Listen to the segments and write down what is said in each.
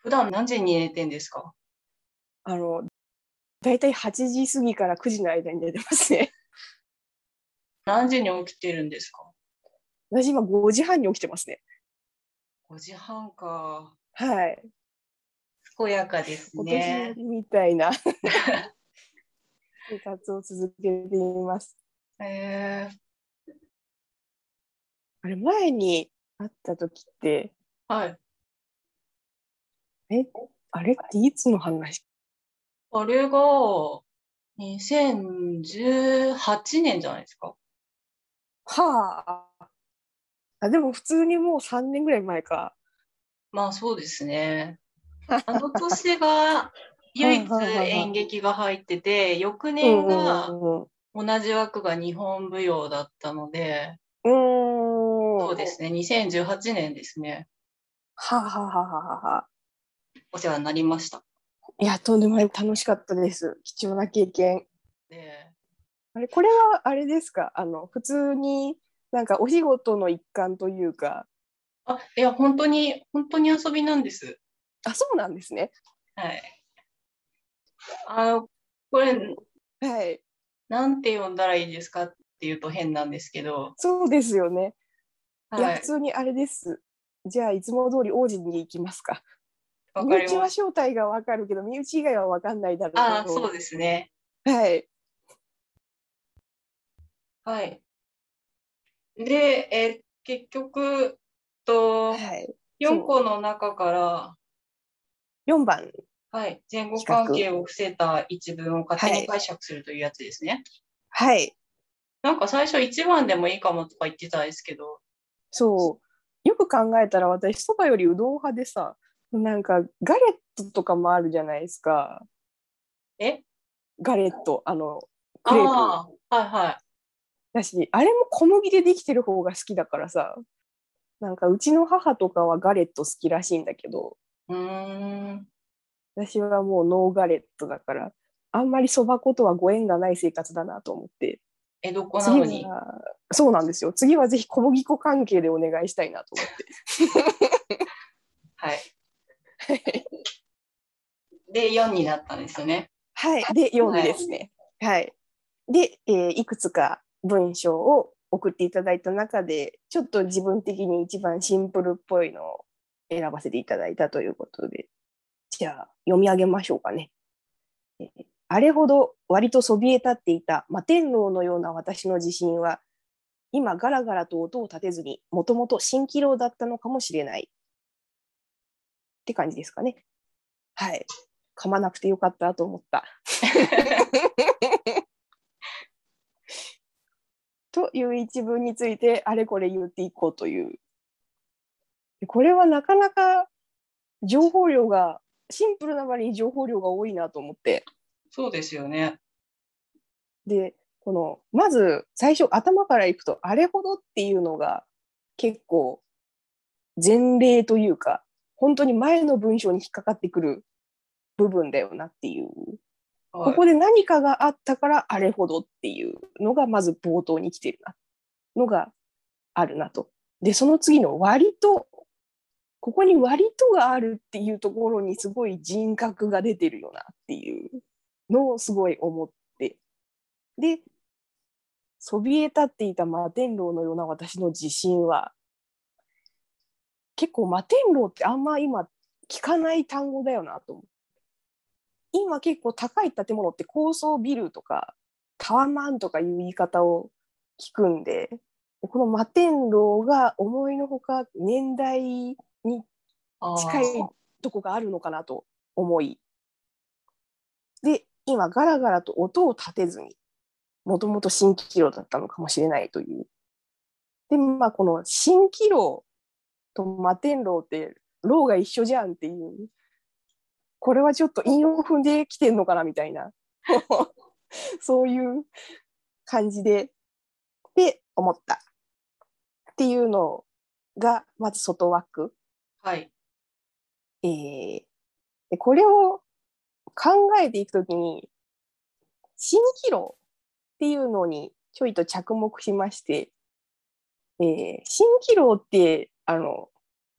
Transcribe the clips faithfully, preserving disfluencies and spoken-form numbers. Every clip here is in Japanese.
普段何時に寝てんですか？ あの、だいたいはちじ過ぎからくじの間に寝てますね。 何時に起きてるんですか？ 私今ごじはんに起きてますね。 ごじはんか。 はい。 健やかですお年寄ね。 りみたいな生活を続けています。 えー、 あれ、前に会った時って、 はい。 え、あれっていつの話？ あれがにせんじゅうはちねんじゃないですか。 はあ。あ、でも普通にもうさんねんぐらい前か。 まあそうですね。あの年がはあ唯一はあはあはあ。 演劇が入ってて、翌年うんうがんうん同じ枠が日本舞踊だったので、 うん。うーん。 そうですね、にせんじゅうはちねんですね。 はあはあはあはあはあ。 お世話になりました。 いや、とんでもない楽しかったです。貴重な経験。 で、 あれ、これはあれですか？あの、普通になんかお仕事の一環というか、 あ、いや、本当に、本当に遊びなんです。 あ、そうなんですね。 はい。あの、これ、 はい。 なんて呼んだらいいですかっていうと変なんですけど、 そうですよね。いや、 はい。 普通にあれです。じゃあ、いつも通り王子に行きますか。 わ身内はかりました。 正体がわかるけど、身内以外はわかんないだああ、そうろですね。 う。はい。 はい。で、え、結局、と、 はい。 よんそう。 この中から、 よんばん、 はい、前後比較。 関係を伏せた一文を勝手はい。 に解釈するというやつですね。 はい。 なんか最初いちばんでもいいかもとか言ってたんですけど、 そう。よく考えたら私、そばよりうどん派でさ、なんかガレットとかもあるじゃないですか。 えガレット、あの、クレープ。 ああ、はいはい。 だし、あれも小麦でできてる方が好きだからさ、なんかうちの母とかはガレット好きらしいんだけど、 うーん。 私はもうノーガレットだから、あんまりそば粉とはご縁がない生活だなと思って、 江戸っ子な次のに。 は、そうなんですよ。次はぜひ小麦粉関係でお願いしたいなと思って。 はい。で、よんになったんですよね。 はい。で、よんはい。 ですね。はい。で、えーいくつか文章を送っていただいた中で、ちょっと自分的に一番シンプルっぽいのを選ばせていただいたということで、じゃあ読み上げましょうかね。えーあれほど割とそびえ立っていた摩天楼のような私の自信は、今ガラガラと音を立てずに、もともと蜃気楼だったのかもしれないって感じですかね。はい。噛まなくてよかったと思った。という一文についてあれこれ言っていこうという。これはなかなか情報量が、シンプルな割に情報量が多いなと思って。 そうですよね。 で、この、まず最初頭からいくと、あれほどっていうのが結構前例というか、本当に前の文章に引っかかってくる部分だよなっていう。こはい。 こで何かがあったからあれほどっていうのがまず冒頭に来てるなのがあるなと。で、その次の割と、ここに割とがあるっていうところにすごい人格が出てるよなっていうのをすごい思って。で、そびえ立っていた摩天楼のような私の自信は、結構摩天楼ってあんま今聞かない単語だよなと思う。今結構高い建物って高層ビルとかタワマンとかいう言い方を聞くんで、この摩天楼が思いのほか年代に近いああ、 とこがあるのかなと思い、で、今ガラガラと音を立てずに、もともと蜃気楼だったのかもしれないという。で、まあこの蜃気楼と摩天楼って楼が一緒じゃんっていう、これはちょっと韻を踏んできてんのかなみたいなそういう感じでで思ったっていうのがまず外枠、 はい。 えー、でこれを考えていくときに蜃気楼っていうのにちょいと着目しまして、えー、蜃気楼ってあの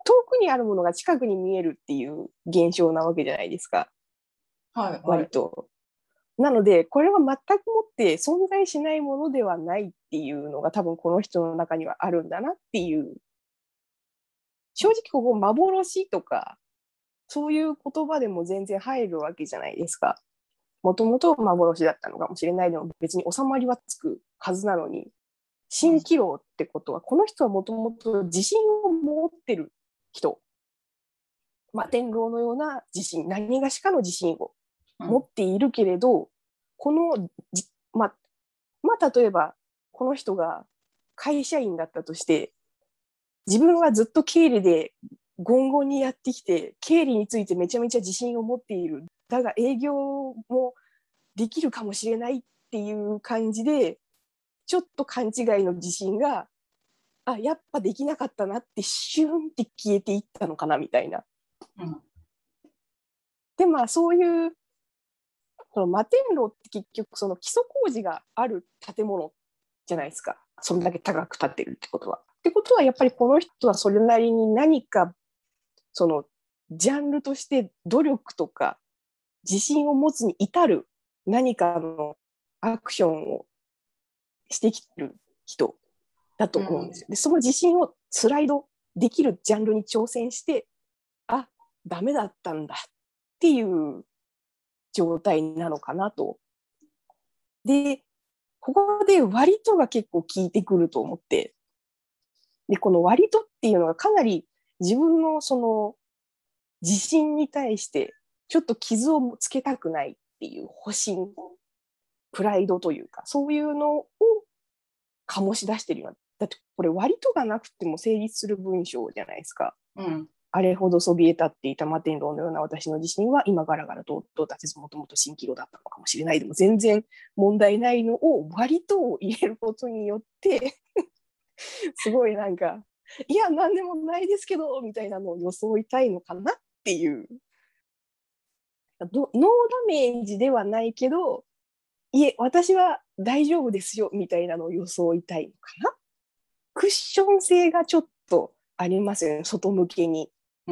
遠くにあるものが近くに見えるっていう現象なわけじゃないですか、 はいはい。 割と。なので、これは全くもって存在しないものではないっていうのが多分この人の中にはあるんだなっていう。正直ここ幻とか、そういう言葉でも全然入るわけじゃないですか。もともと幻だったのかもしれないでも別に収まりはつくはずなのに、蜃気楼ってことは、この人はもともと自信を持ってる人。摩天楼のような自信、何がしかの自信を持っているけれど、うん、このじ、ま、まあ、例えば、この人が会社員だったとして、自分はずっと経理でゴンゴンにやってきて、経理についてめちゃめちゃ自信を持っている。だが営業もできるかもしれないっていう感じで、ちょっと勘違いの自信が、あ、やっぱできなかったなってシューンって消えていったのかなみたいな。うん、で、まあそういう、その摩天楼って結局その基礎工事がある建物じゃないですか。それだけ高く建ってるってことは。ってことはやっぱりこの人はそれなりに何かそのジャンルとして努力とか自信を持つに至る何かのアクションをしてきてる人だと思うんですよ。で、その自信をスライドできるジャンルに挑戦して、あ、ダメだったんだっていう状態なのかなと。で、ここで割とが結構効いてくると思って、で、この割とっていうのがかなり自分のその自信に対してちょっと傷をつけたくないっていう保身、プライドというか、そういうのを醸し出してるような。だってこれ割とがなくても成立する文章じゃないですか。うん、あれほどそびえ立っていた摩天楼のような私の自信は今ガラガラと到達せずもともと蜃気楼だったのかもしれないでも全然問題ないのを割とを入れることによってすごいなんかいや何でもないですけどみたいなのを装いたいのかなっていうノーダメージではないけどいえ私は大丈夫ですよみたいなのを装いたいのかな。クッション性がちょっとありますよね、外向けに。うん、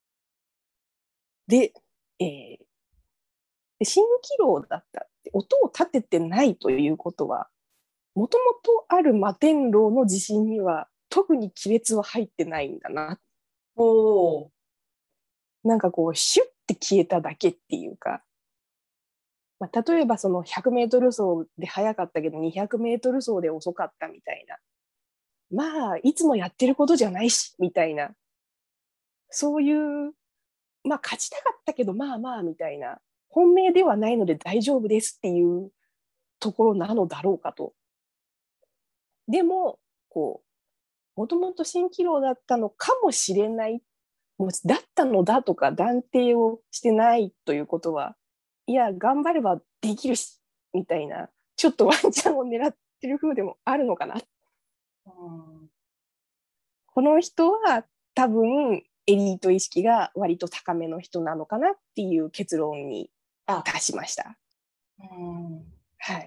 で、えー、蜃気楼だったって音を立ててないということは、もともとある摩天楼の地震には特に亀裂は入ってないんだな。おなんかこうシュッて消えただけっていうか、まあ、例えばそのひゃくメートル走で速かったけどにひゃくメートル走で遅かったみたいな、まあいつもやってることじゃないしみたいな、そういうまあ勝ちたかったけどまあまあみたいな、本命ではないので大丈夫ですっていうところなのだろうかと。でもこうもともと蜃気楼だったのかもしれない、もうだったのだとか断定をしてないということは、いや頑張ればできるしみたいな、ちょっとワンチャンを狙ってる風でもあるのかな。うん、この人は多分エリート意識が割と高めの人なのかなっていう結論に達しました。うん、はい。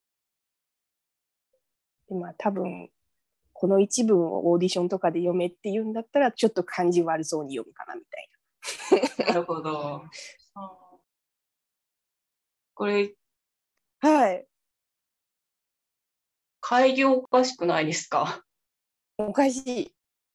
でまあ多分この一文をオーディションとかで読めって言うんだったらちょっと感じ悪そうに読むかなみたいな。なるほど。これ、はい。開業おかしくないですか？おかしい。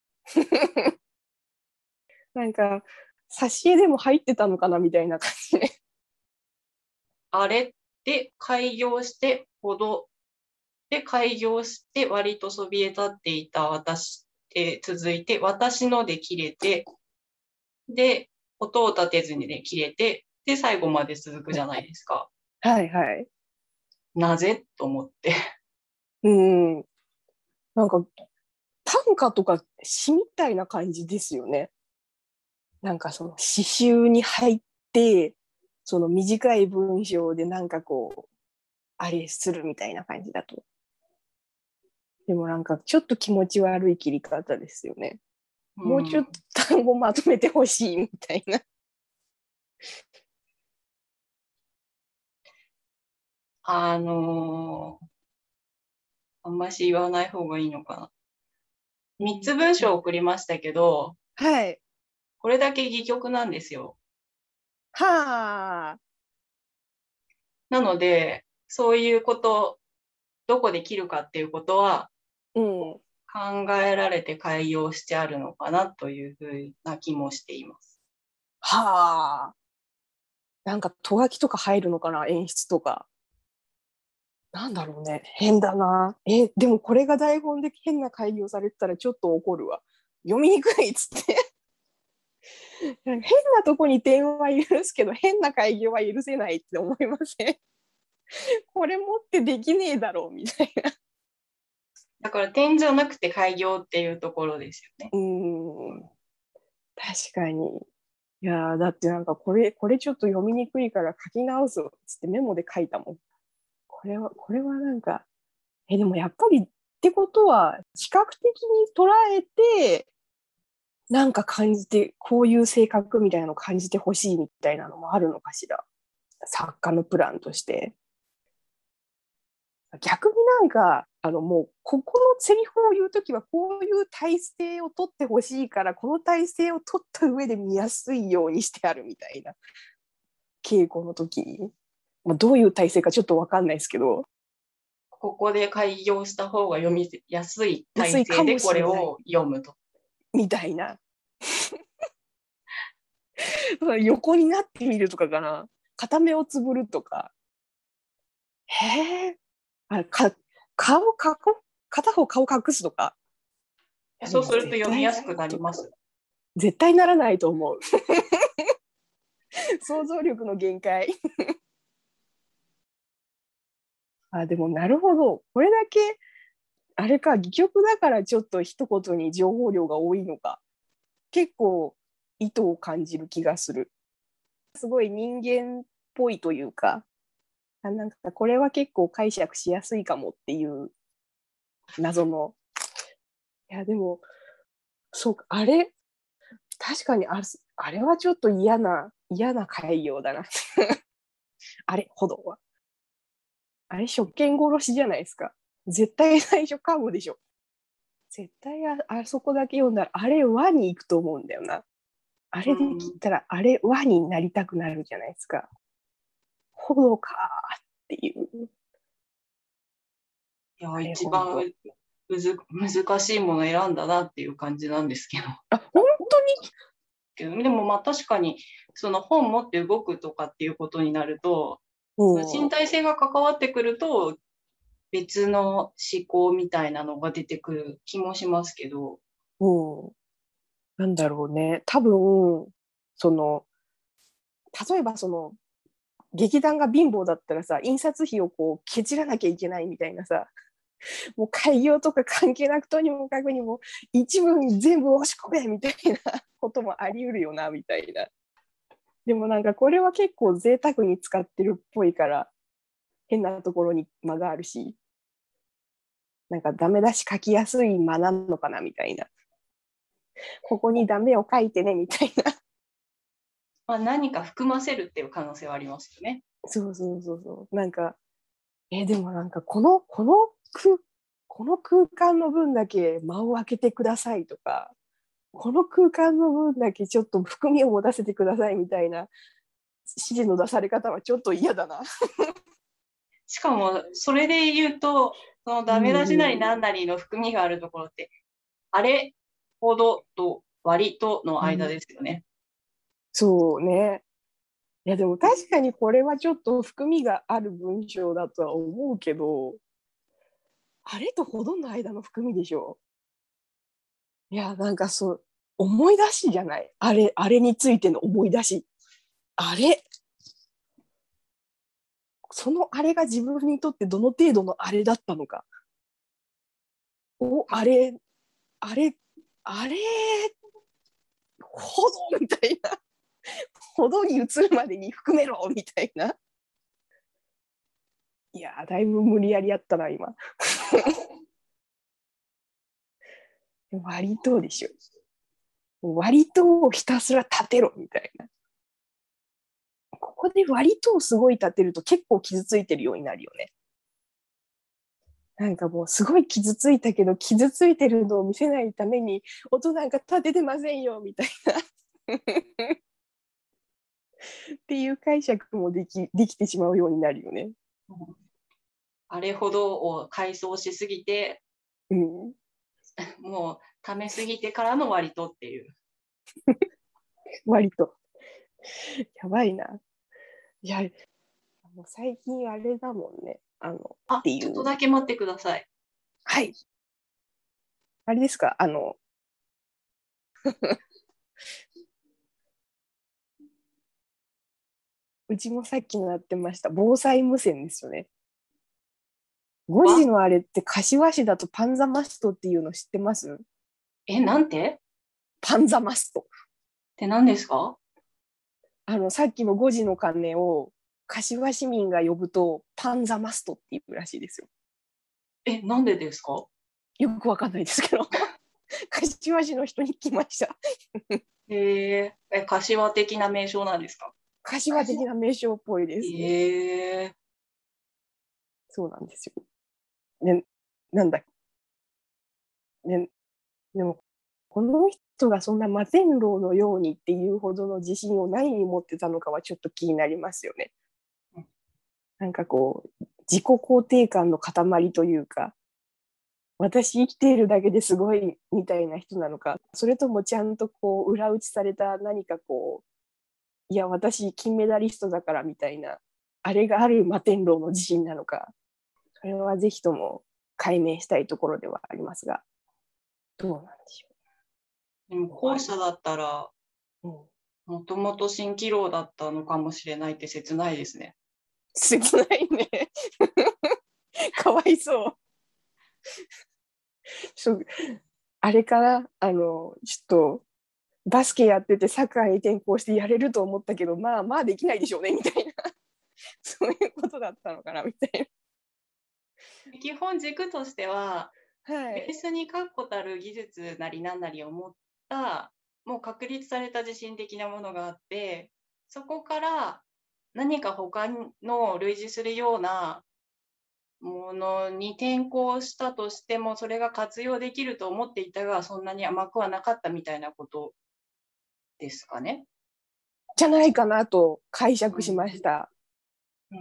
なんか、挿絵でも入ってたのかなみたいな感じで。あれで開業してほど、で開業して割とそびえ立っていた私で続いて、私ので切れて、で、音を立てずにね、切れて、で、最後まで続くじゃないですか。はいはい。なぜと思って。うん。なんか、短歌とか詩みたいな感じですよね。なんかその詩集に入って、その短い文章でなんかこう、あれするみたいな感じだと。でもなんかちょっと気持ち悪い切り方ですよね。もうちょっと単語まとめてほしいみたいな。あのー、あんまし言わない方がいいのかな。 みっつ文章を送りましたけど、 はい。 これだけ戯曲なんですよ。 はあ。 なので、そういうこと、どこで切るかっていうことはうん。 考えられて改良してあるのかなというふうな気もしています。 はあ。なんか、とがきとか入るのかな、演出とか。なんだろうね。変だな。え、でもこれが台本で変な改良されてたらちょっと怒るわ。読みにくいっつって。変なとこに点は許すけど、変な改良は許せないって思いません？これ持ってできねえだろうみたいな。 だから点じゃなくて改行っていうところですよね。 うーん。確かに。いやだってなんかこれ、これちょっと読みにくいから書き直すっつってメモで書いたもん。これは、これはなんか、え、でもやっぱりってことは、視覚的に捉えて、なんか感じて、こういう性格みたいなのを感じてほしいみたいなのもあるのかしら。作家のプランとして。逆になんか、あのもう、ここのセリフを言うときは、こういう体勢を取ってほしいから、この体勢を取った上で見やすいようにしてあるみたいな。稽古の時に。まあ、どういう体勢かちょっとわかんないですけど、 ここで改行した方が読みやすい体安いかも勢でこれしれない。 を読むと。 みたいな。横になってみるとかかな。片目をつぶるとか。へえ。あか顔かこ片方顔隠すとか。いやでそうするとも絶対読みやすくなります。 絶対ならないと思う。想像力の限界。あ、でもなるほど。これだけ、あれか、戯曲だからちょっと一言に情報量が多いのか。結構意図を感じる気がする。すごい人間っぽいというか、あ、なんかこれは結構解釈しやすいかもっていう謎の。いや、でも、そうか、あれ、確かにあれ、あれはちょっと嫌な、嫌な改行だな。あれ、ほどは。あれ、職権殺しじゃないですか。絶対最初カモでしょ。絶対あ、あそこだけ読んだら、あれ輪に行くと思うんだよな。あれで切ったら、あれ輪になりたくなるじゃないですか。ほどかーっていう。 いや、 あれ、 一番ほんと。 むず難しいもの選んだなっていう感じなんですけど。 あ、本当でもまあ確かにその本持って動くとかっていうことになると、身に。 体性が関わってくると別の思考みたいなのが出てくる気もしますけど。 うん。うん。なんだろうね。多分、その、例えばその、劇団が貧乏だったらさ、印刷費をこう、ケチらなきゃいけないみたいなさ、もう開業とか関係なくとにもかくにも一部に全部押し込めみたいなこともあり得るよなみたいな。でもなんかこれは結構贅沢に使ってるっぽいから変なところに間があるし、なんかダメ出し書きやすい間なのかなみたいな。ここにダメを書いてねみたいな。 まあ、何か含ませるっていう可能性はありますよね。 そうそうそうそう。なんか、えーでもなんかこの、この空、この空間の分だけ間を空けてくださいとか、この空間の分だけちょっと含みを持たせてくださいみたいな指示の出され方はちょっと嫌だな。 しかも、それで言うと、そのダメ出しなりなんなりの含みがあるところって、あれほどと割との間うん、 ですよね。 そうね。いやでも確かにこれはちょっと含みがある文章だとは思うけど、あれとほどの間の含みでしょ。いやなんかそう、思い出しじゃない。あれ、あれについての思い出し。あれそのあれが自分にとってどの程度のあれだったのか。お、あれ、あれ、あれ、ほどみたいな。ほどに移るまでに含めろみたいな。いやだいぶ無理やりやったな、今。割とでしょ。割とをひたすら立てろみたいな。ここで割とをすごい立てると結構傷ついてるようになるよね。 なんかもうすごい傷ついたけど傷ついてるのを見せないために音なんか立ててませんよみたいなっていう解釈もでき、できてしまうようになるよね。 あれほどを回想しすぎて、 うん、 もうためすぎてからの割とっていう。 割と。やばいな。いや、もう最近あれだもんね。あの、っあ、 ていう。 ちょっとだけ待ってください。 はい。あれですか、あの、うちもさっきのやってました。防災無線ですよね。ごじわ、 のあれって柏市だとパンザマストっていうの知ってます？ え、なんてっパンザマスト。 て何ですか？ あの、さっきのごじの鐘を柏市民が呼ぶとパンザマストっていうらしいですよ。 え、なんでですか？ よくわかんないですけど。柏市の人に聞きました。 えー、え、柏的な名称なんですか？ 柏的な名称っぽいですね。 えー、 そうなんですよ。ね、なんだ、ね、でも、この人がそんな摩天楼のようにっていうほどの自信を何に持ってたのかはちょっと気になりますよね。なんかこう、自己肯定感の塊というか、私生きているだけですごいみたいな人なのか、それともちゃんとこう裏打ちされた何かこう、いや私金メダリストだからみたいな、あれがある摩天楼の自信なのか、それはぜひとも解明したいところではありますが、どうなんでしょでも後者だったら、 う。うん、 もともと蜃気楼だったのかもしれないって切ないですね。 切ないね。かわいそう。そうあれからあのちょっとバスケやっててサッカーに転向してやれると思ったけど、まあまあできないでしょうねみたいな、そういうことだったのかなみたい基本軸としては、 な。はい。 ベースに確固たる技術なり何なりを持った、もう確立された自信的なものがあって、そこから何か他の類似するようなものに転向したとしても、それが活用できると思っていたが、そんなに甘くはなかったみたいなことですかね。 じゃないかなと解釈しうん。 ました。 うん。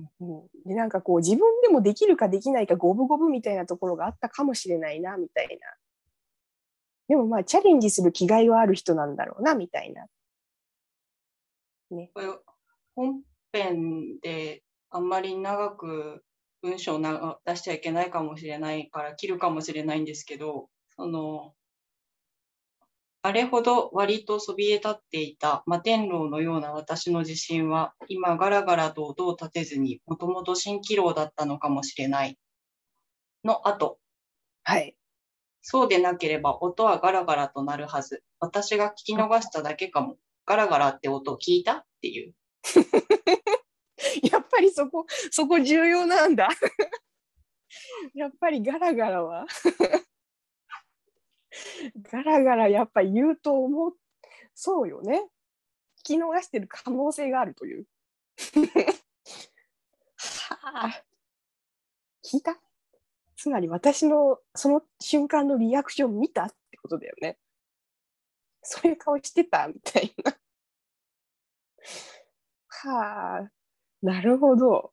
うん、でなんかこう自分でもできるかできないか五分五分みたいなところがあったかもしれないなみたいな。でもまあチャレンジする気概はある人なんだろうなみたいな。ね。 これ本編であんまり長く文章をな出しちゃいけないかもしれないから切るかもしれないんですけど、そのあれほど割とそびえ立っていた摩天楼のような私の自信は今ガラガラと音を立てずにもともと蜃気楼だったのかもしれないの後、 はい。 そうでなければ音はガラガラとなるはず。私が聞き逃しただけかも。ガラガラって音を聞いたっていう。 やっぱりそこそこ重要なんだ。やっぱりガラガラはガラガラやっぱ言うと思う。そうよね。聞き逃してる可能性があるという。はあ、聞いた？つまり私のその瞬間のリアクション見たってことだよね。そういう顔してたみたいな。はあ、なるほど。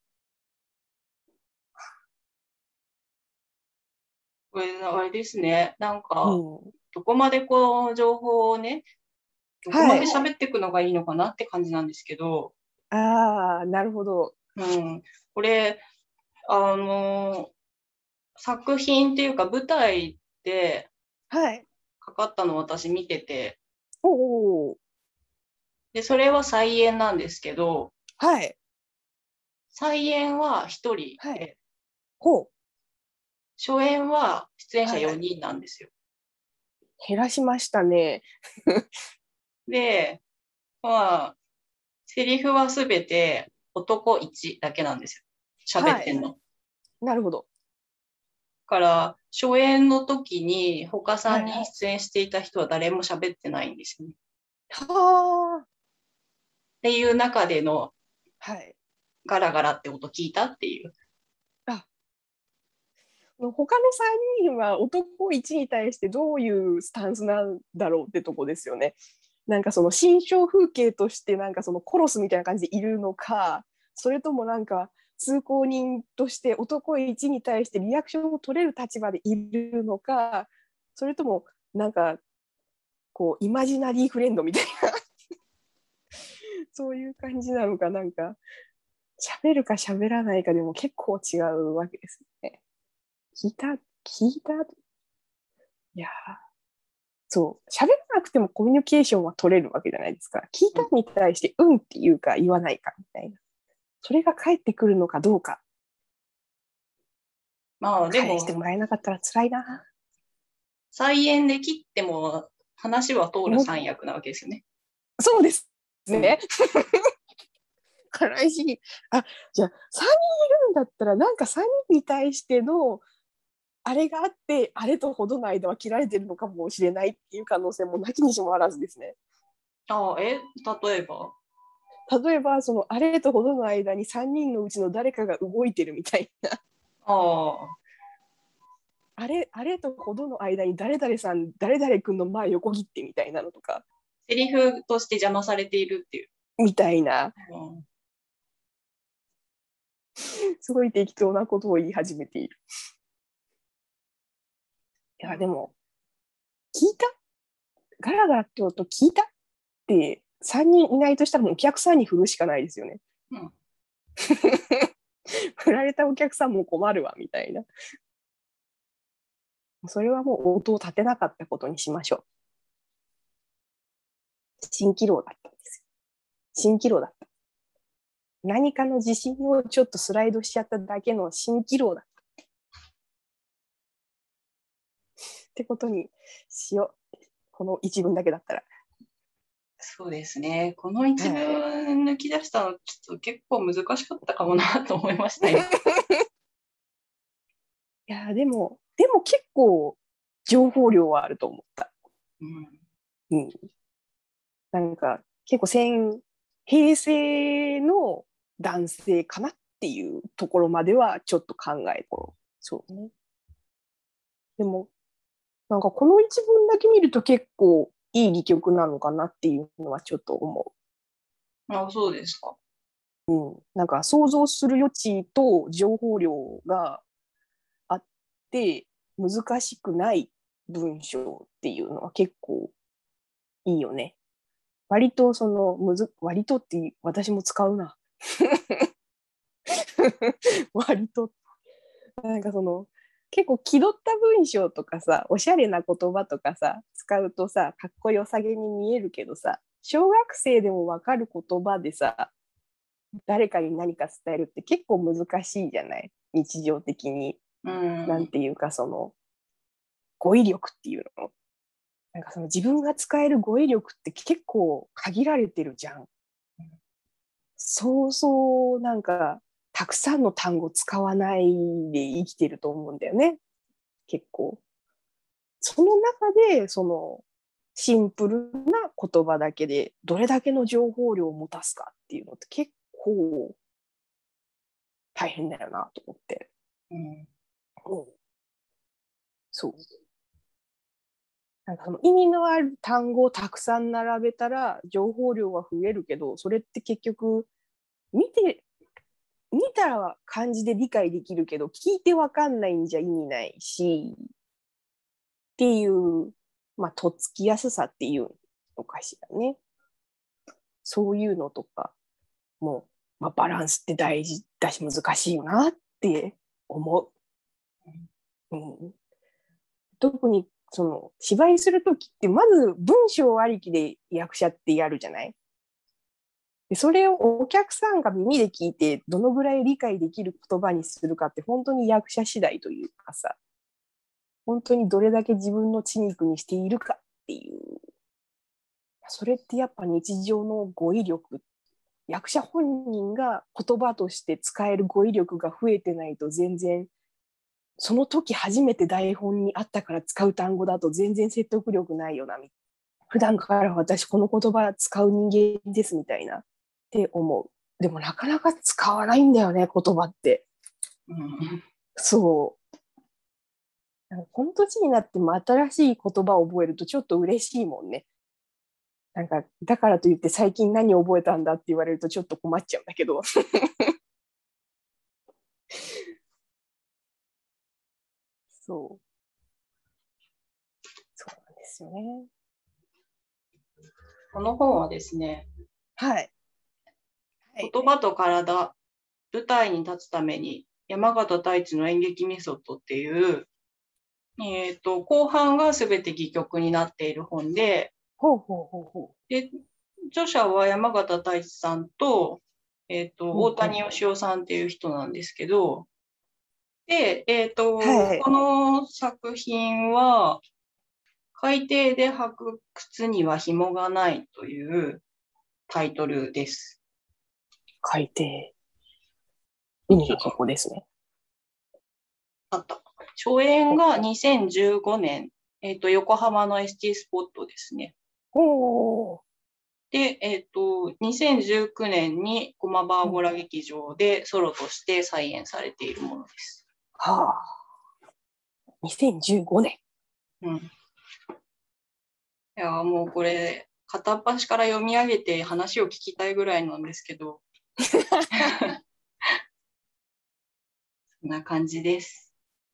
これ、あれですね。なんか、 うん、 どこまでこの情報をね、どこまではい。 喋っていくのがいいのかなって感じなんですけど、 ああ、なるほど。 うん、これ、あの、作品っていうか舞台ではい。 かかったのを私見てて、 おお、 で、それは再演なんですけど、 はい。 再演はひとりはい。 で、 ほう。 初演は出演者はい。 よにんなんですよ。 減らしましたね。 で、まあ、セリフはすべて男いちだけなんですよ。喋はい。 ってんの。 なるほど。 から、初演の時に他さんはい。 に出演していた人は誰も喋ってないんですよね。っはあ。 ていう中でのはい。 ガラガラって音聞いたっていう。 あ、 他のさんにんは男いちに対してどういうスタンスなんだろうってとこですよね。なんかその心象風景としてなんかそのコロスみたいな感じでいるのか、それともなんか通行人として男いちに対してリアクションを取れる立場でいるのか、それともなんかこうイマジナリーフレンドみたいなそういう感じなのか、なんか喋るか喋らないかでも結構違うわけですね。聞いた聞いたいやそう、喋らなくてもコミュニケーションは取れるわけじゃないですか。聞いたに対してうんって言うか言わないかみたいな。それが返ってくるのかどうか。 まあで返しても、 もらえなかったら辛いな。 菜園で切っても話は通る三役なわけですよね。 そうですね。悲しい。あ、じゃあさんにんいるんだったらなんかさんにんに対してのあれがあって、あれとほどの間は切られてるのかもしれないっていう可能性もなきにしもあらずですね。 ああ、え、例えば例えば、そのあれとほどの間にさんにんのうちの誰かが動いてるみたいな。 ああ。 あれ、あれとほどの間に誰々さん、誰々君の前横切ってみたいなのとか。 セリフとして邪魔されているっていう。 みたいな。 うん、 すごい適当なことを言い始めている。いや、でも、聞いたガラガラって音聞いたってさんにんいないとしたらもうお客さんに振るしかないですよね。 うん、 振られたお客さんも困るわみたいな。それはもう音を立てなかったことにしましょう。蜃気楼だったんですよ。蜃気楼だった。何かの自信をちょっとスライドしちゃっただけの蜃気楼だった。ってことにしよう。この一文だけだったら。 そうですね。この一文抜き出したの、ちょっと結構難しかったかもなと思いましたよ。 いや、でも、でも結構情報量はあると思った。 うん、 うん。なんか結構戦、平成の男性かなっていうところまではちょっと考えこう。そうね。でも、なんかこの一文だけ見ると結構いい戯曲なのかなっていうのはちょっと思あ、そうですか。 う。うん。なんか想像する余地と情報量があって難しくない文章っていうのは結構いいよね。割とそのむず割とって私も使うな。割となんかその結構気取った文章とかさ、おしゃれな言葉とかさ使うとさ、かっこよさげに見えるけどさ、小学生でも分かる言葉でさ、誰かに何か伝えるって結構難しいじゃない、日常的に。 うん、 なんていうかその語彙力っていうの、なんかその自分が使える語彙力って結構限られてるじゃん。そうそうなんかたくさんの単語使わないで生きてると思うんだよね、結構。その中でそのシンプルな言葉だけでどれだけの情報量を持たすかっていうのって結構大変だよなと思って。 うん、 うん、そう。なんかその意味のある単語をたくさん並べたら情報量は増えるけど、それって結局見て見たら漢字で理解できるけど聞いてわかんないんじゃ意味ないしっていう、まあとっつきやすさっていうのかしらね。そういうのとかも、まあ、バランスって大事だし難しいよなって思う。うん、特にその芝居するときってまず文章ありきで役者ってやるじゃない。でそれをお客さんが耳で聞いてどのぐらい理解できる言葉にするかって本当に役者次第というかさ、本当にどれだけ自分の血肉にしているかっていう、それってやっぱ日常の語彙力、役者本人が言葉として使える語彙力が増えてないと全然、その時初めて台本にあったから使う単語だと全然説得力ないよな。普段から私この言葉使う人間ですみたいなって思う。でもなかなか使わないんだよね、言葉って。 うん、 そう。 なんかこの年になっても新しい言葉を覚えるとちょっと嬉しいもんね。なんかだからといって最近何覚えたんだって言われるとちょっと困っちゃうんだけど。そう。そうなんですよね。 この本はですね、 はい。はい、 言葉と体、舞台に立つために山形太一の演劇メソッドっていう、えっと、後半がすべて戯曲になっている本で、 ほうほうほうほで、著者は山形太一さんと、えっと、 う。うんうん、 大谷義夫さんっていう人なんですけど、で、えっと、 はい。 この作品は、海底で履く靴には紐がないというタイトルです。 海底。海の底ですね。 あった。初演がにせんじゅうごねん、えっと、横浜の エスティー スポットですね。 おー。 で、えっと、にせんじゅうきゅうねんに駒場アゴラ劇場でソロとして再演されているものです。 はあ。にせんじゅうごねん。うん。いや、もうこれ、片っ端から読み上げて話を聞きたいぐらいなんですけど、そんな感じです。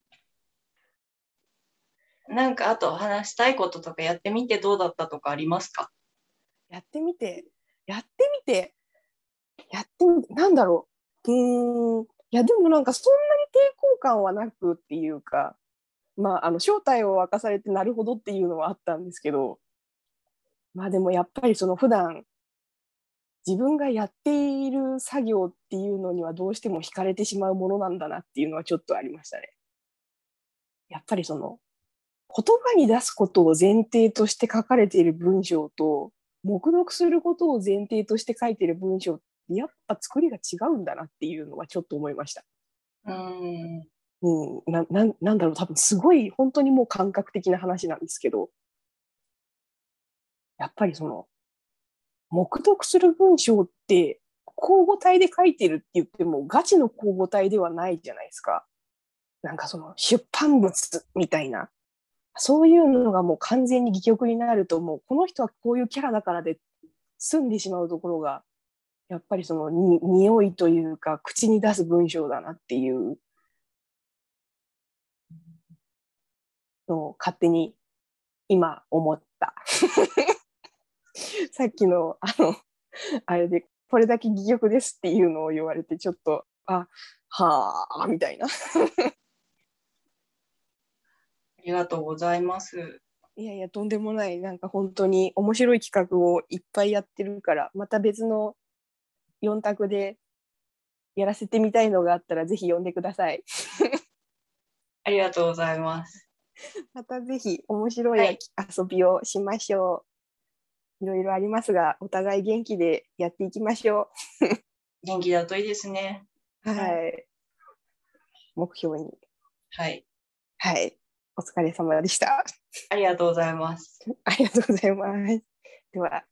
なんかあと話したいこととかやってみてどうだったとかありますか？ やってみて、やってみて、やってみて、なんだろう。うーん。いや、でもなんかそんなに抵抗感はなくっていうか、まあ、あの、正体を明かされてなるほどっていうのはあったんですけど、まあでもやっぱりその普段自分がやっている作業っていうのにはどうしても惹かれてしまうものなんだなっていうのはちょっとありましたね。やっぱりその言葉に出すことを前提として書かれている文章と、黙読することを前提として書いている文章って、やっぱ作りが違うんだなっていうのはちょっと思いました。 うーん。 うん、なななんだろう、多分すごい本当にもう感覚的な話なんですけど、やっぱりその、黙読する文章って、口語体で書いてるって言っても、ガチの口語体ではないじゃないですか。なんかその、出版物みたいな。そういうのがもう完全に戯曲になると、もうこの人はこういうキャラだからで済んでしまうところが、やっぱりそのに匂いというか、口に出す文章だなっていうのを勝手に今思った。さっきの、あの、あれで、これだけ戯曲ですっていうのを言われて、ちょっと、あ、はあ、みたいな。 ありがとうございます。 いやいや、とんでもない。なんか本当に面白い企画をいっぱいやってるから、また別のよん択でやらせてみたいのがあったら、ぜひ呼んでください。 ありがとうございます。 またぜひ面白いはい。 遊びをしましょう。いろいろありますが、お互い元気でやっていきましょ元気だといいですね。 う。 はい。 はい。目標に。 はい。 はい。お疲れ様でした。 ありがとうございます。 ありがとうございます。では。